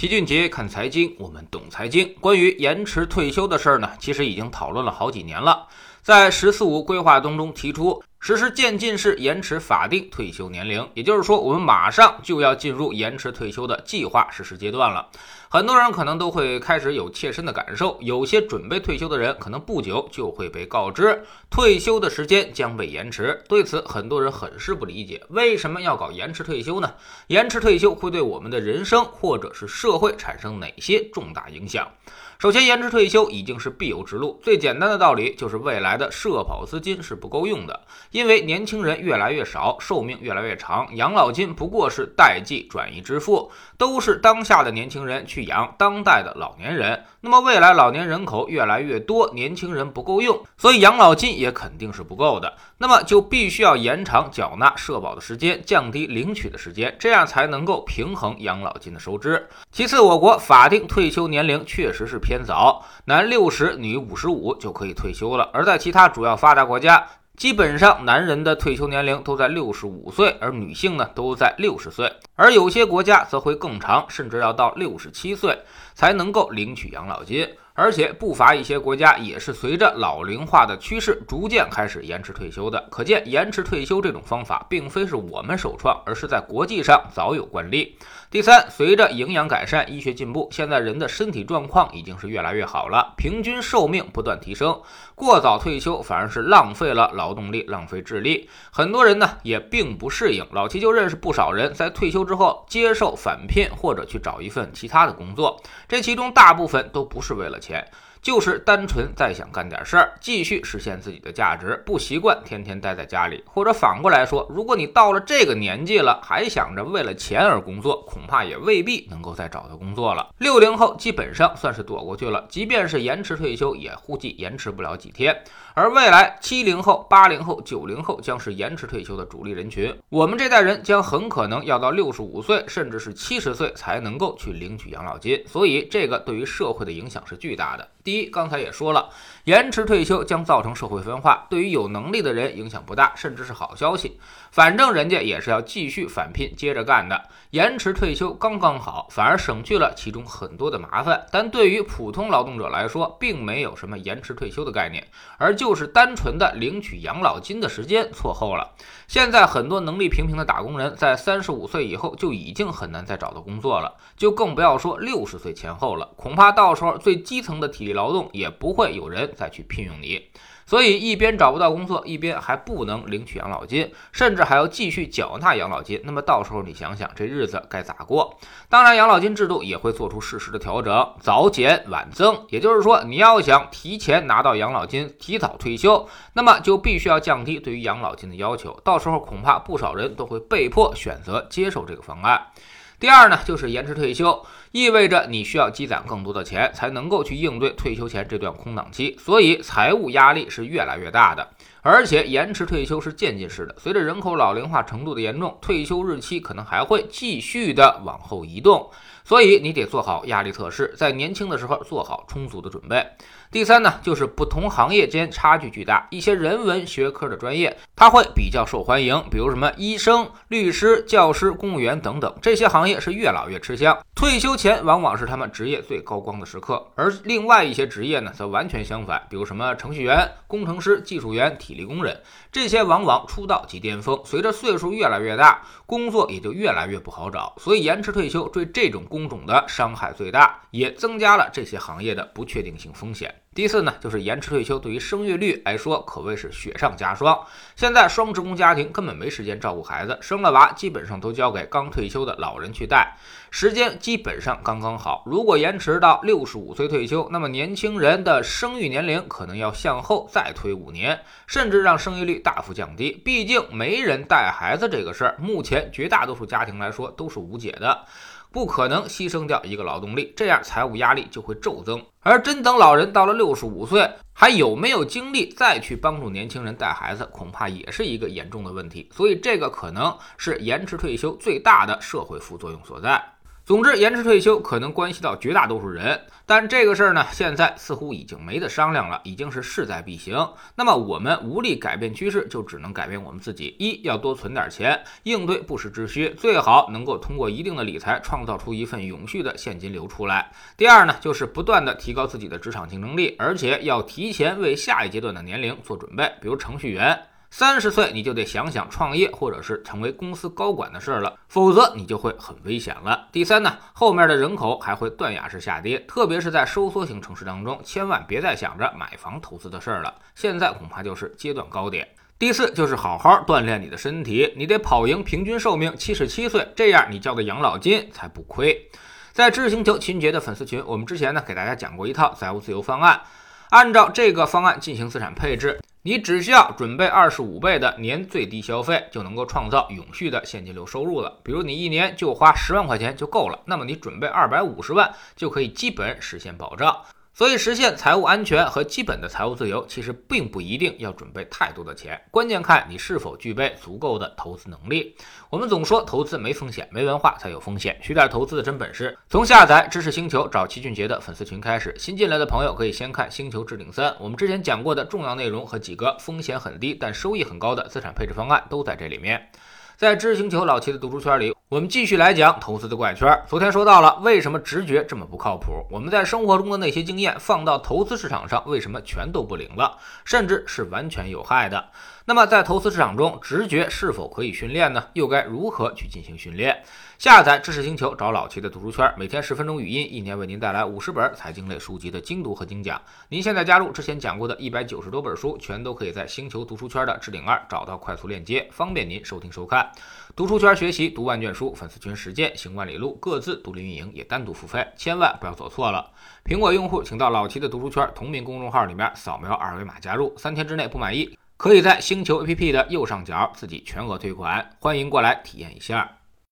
齐俊杰看财经，我们懂财经。关于延迟退休的事儿呢，其实已经讨论了好几年了。在“十四五”规划当中提出实施渐进式延迟法定退休年龄，也就是说，我们马上就要进入延迟退休的计划实施阶段了。很多人可能都会开始有切身的感受，有些准备退休的人可能不久就会被告知退休的时间将被延迟。对此，很多人很是不理解，为什么要搞延迟退休呢？延迟退休会对我们的人生或者是社会产生哪些重大影响？首先，延迟退休已经是必由之路。最简单的道理就是未来的社保资金是不够用的，因为年轻人越来越少，寿命越来越长，养老金不过是代际转移支付，都是当下的年轻人去养当代的老年人。那么未来老年人口越来越多，年轻人不够用，所以养老金也肯定是不够的。那么就必须要延长缴纳社保的时间，降低领取的时间，这样才能够平衡养老金的收支。其次，我国法定退休年龄确实是偏早，男60，女55就可以退休了，而在其他主要发达国家，基本上男人的退休年龄都在65岁，而女性呢都在60岁，而有些国家则会更长，甚至要到67岁才能够领取养老金。而且不乏一些国家也是随着老龄化的趋势逐渐开始延迟退休的，可见延迟退休这种方法并非是我们首创，而是在国际上早有惯例。第三，随着营养改善，医学进步，现在人的身体状况已经是越来越好了，平均寿命不断提升，过早退休反而是浪费了劳动力，浪费智力。很多人呢也并不适应，老齐就认识不少人在退休之后接受返聘或者去找一份其他的工作，这其中大部分都不是为了钱，就是单纯再想干点事儿，继续实现自己的价值，不习惯天天待在家里。或者反过来说，如果你到了这个年纪了，还想着为了钱而工作，恐怕也未必能够再找到工作了。60后基本上算是躲过去了，即便是延迟退休，也估计延迟不了几天。而未来70后、80后、90后将是延迟退休的主力人群，我们这代人将很可能要到65岁甚至是70岁才能够去领取养老金，所以这个对于社会的影响是巨大的。第一，刚才也说了，延迟退休将造成社会分化，对于有能力的人影响不大，甚至是好消息。反正人家也是要继续返聘接着干的，延迟退休刚刚好，反而省去了其中很多的麻烦。但对于普通劳动者来说，并没有什么延迟退休的概念，而就是单纯的领取养老金的时间错后了。现在很多能力平平的打工人在35岁以后就已经很难再找到工作了，就更不要说60岁前后了，恐怕到时候最基层的体力劳动也不会有人再去聘用你。所以一边找不到工作，一边还不能领取养老金，甚至还要继续缴纳养老金，那么到时候你想想这日子该咋过？当然养老金制度也会做出适时的调整，早减晚增，也就是说你要想提前拿到养老金，提早退休，那么就必须要降低对于养老金的要求，到时候恐怕不少人都会被迫选择接受这个方案。第二呢，就是延迟退休，意味着你需要积攒更多的钱才能够去应对退休前这段空档期，所以财务压力是越来越大的。而且延迟退休是渐进式的，随着人口老龄化程度的严重，退休日期可能还会继续的往后移动，所以你得做好压力测试，在年轻的时候做好充足的准备。第三呢，就是不同行业间差距巨大，一些人文学科的专业它会比较受欢迎，比如什么医生、律师、教师、公务员等等，这些行业是越老越吃香，退休前往往是他们职业最高光的时刻。而另外一些职业呢则完全相反，比如什么程序员、工程师、技术员、体力工人，这些往往出道即巅峰，随着岁数越来越大，工作也就越来越不好找，所以延迟退休对这种工种的伤害最大，也增加了这些行业的不确定性风险。第四呢，就是延迟退休对于生育率来说可谓是雪上加霜。现在双职工家庭根本没时间照顾孩子，生了娃基本上都交给刚退休的老人去带，时间基本上刚刚好。如果延迟到65岁退休，那么年轻人的生育年龄可能要向后再推5年，甚至让生育率大幅降低。毕竟没人带孩子这个事儿，目前绝大多数家庭来说都是无解的，不可能牺牲掉一个劳动力，这样财务压力就会骤增。而真等老人到了65岁，还有没有精力再去帮助年轻人带孩子，恐怕也是一个严重的问题。所以这个可能是延迟退休最大的社会副作用所在。 总之，延迟退休可能关系到绝大多数人，但这个事儿呢，现在似乎已经没得商量了，已经是势在必行。那么我们无力改变趋势，就只能改变我们自己。一要多存点钱，应对不时之需，最好能够通过一定的理财创造出一份永续的现金流出来。第二呢，就是不断的提高自己的职场竞争力，而且要提前为下一阶段的年龄做准备，比如程序员。30岁你就得想想创业或者是成为公司高管的事了，否则你就会很危险了。第三呢，后面的人口还会断崖式下跌，特别是在收缩型城市当中，千万别再想着买房投资的事了，现在恐怕就是阶段高点。第四就是好好锻炼你的身体，你得跑赢平均寿命77岁，这样你交的养老金才不亏。在知识星球秦杰的粉丝群，我们之前呢给大家讲过一套财务自由方案，按照这个方案进行资产配置，你只需要准备25倍的年最低消费，就能够创造永续的现金流收入了。比如你一年就花10万块钱就够了，那么你准备250万就可以基本实现保障。所以实现财务安全和基本的财务自由，其实并不一定要准备太多的钱，关键看你是否具备足够的投资能力。我们总说投资没风险，没文化才有风险，学点投资的真本事。从下载知识星球找齐俊杰的粉丝群开始，新进来的朋友可以先看星球置顶3，我们之前讲过的重要内容和几个风险很低但收益很高的资产配置方案都在这里面。在知识星球老齐的读书圈里，我们继续来讲投资的怪圈。昨天说到了为什么直觉这么不靠谱，我们在生活中的那些经验放到投资市场上为什么全都不灵了，甚至是完全有害的。那么在投资市场中，直觉是否可以训练呢？又该如何去进行训练？下载知识星球找老齐的读书圈，每天10分钟语音，一年为您带来50本财经类书籍的精读和精讲。您现在加入之前讲过的190多本书，全都可以在星球读书圈的置顶2找到快速链接，方便您收听收看。读书圈学习读万卷书，粉丝群实践行万里路，各自独立运营，也单独付费，千万不要走错了。苹果用户请到老齐的读书圈同名公众号里面扫描2维码加入，3天之内不满意可以在星球 APP 的右上角自己全额退款，欢迎过来体验一下。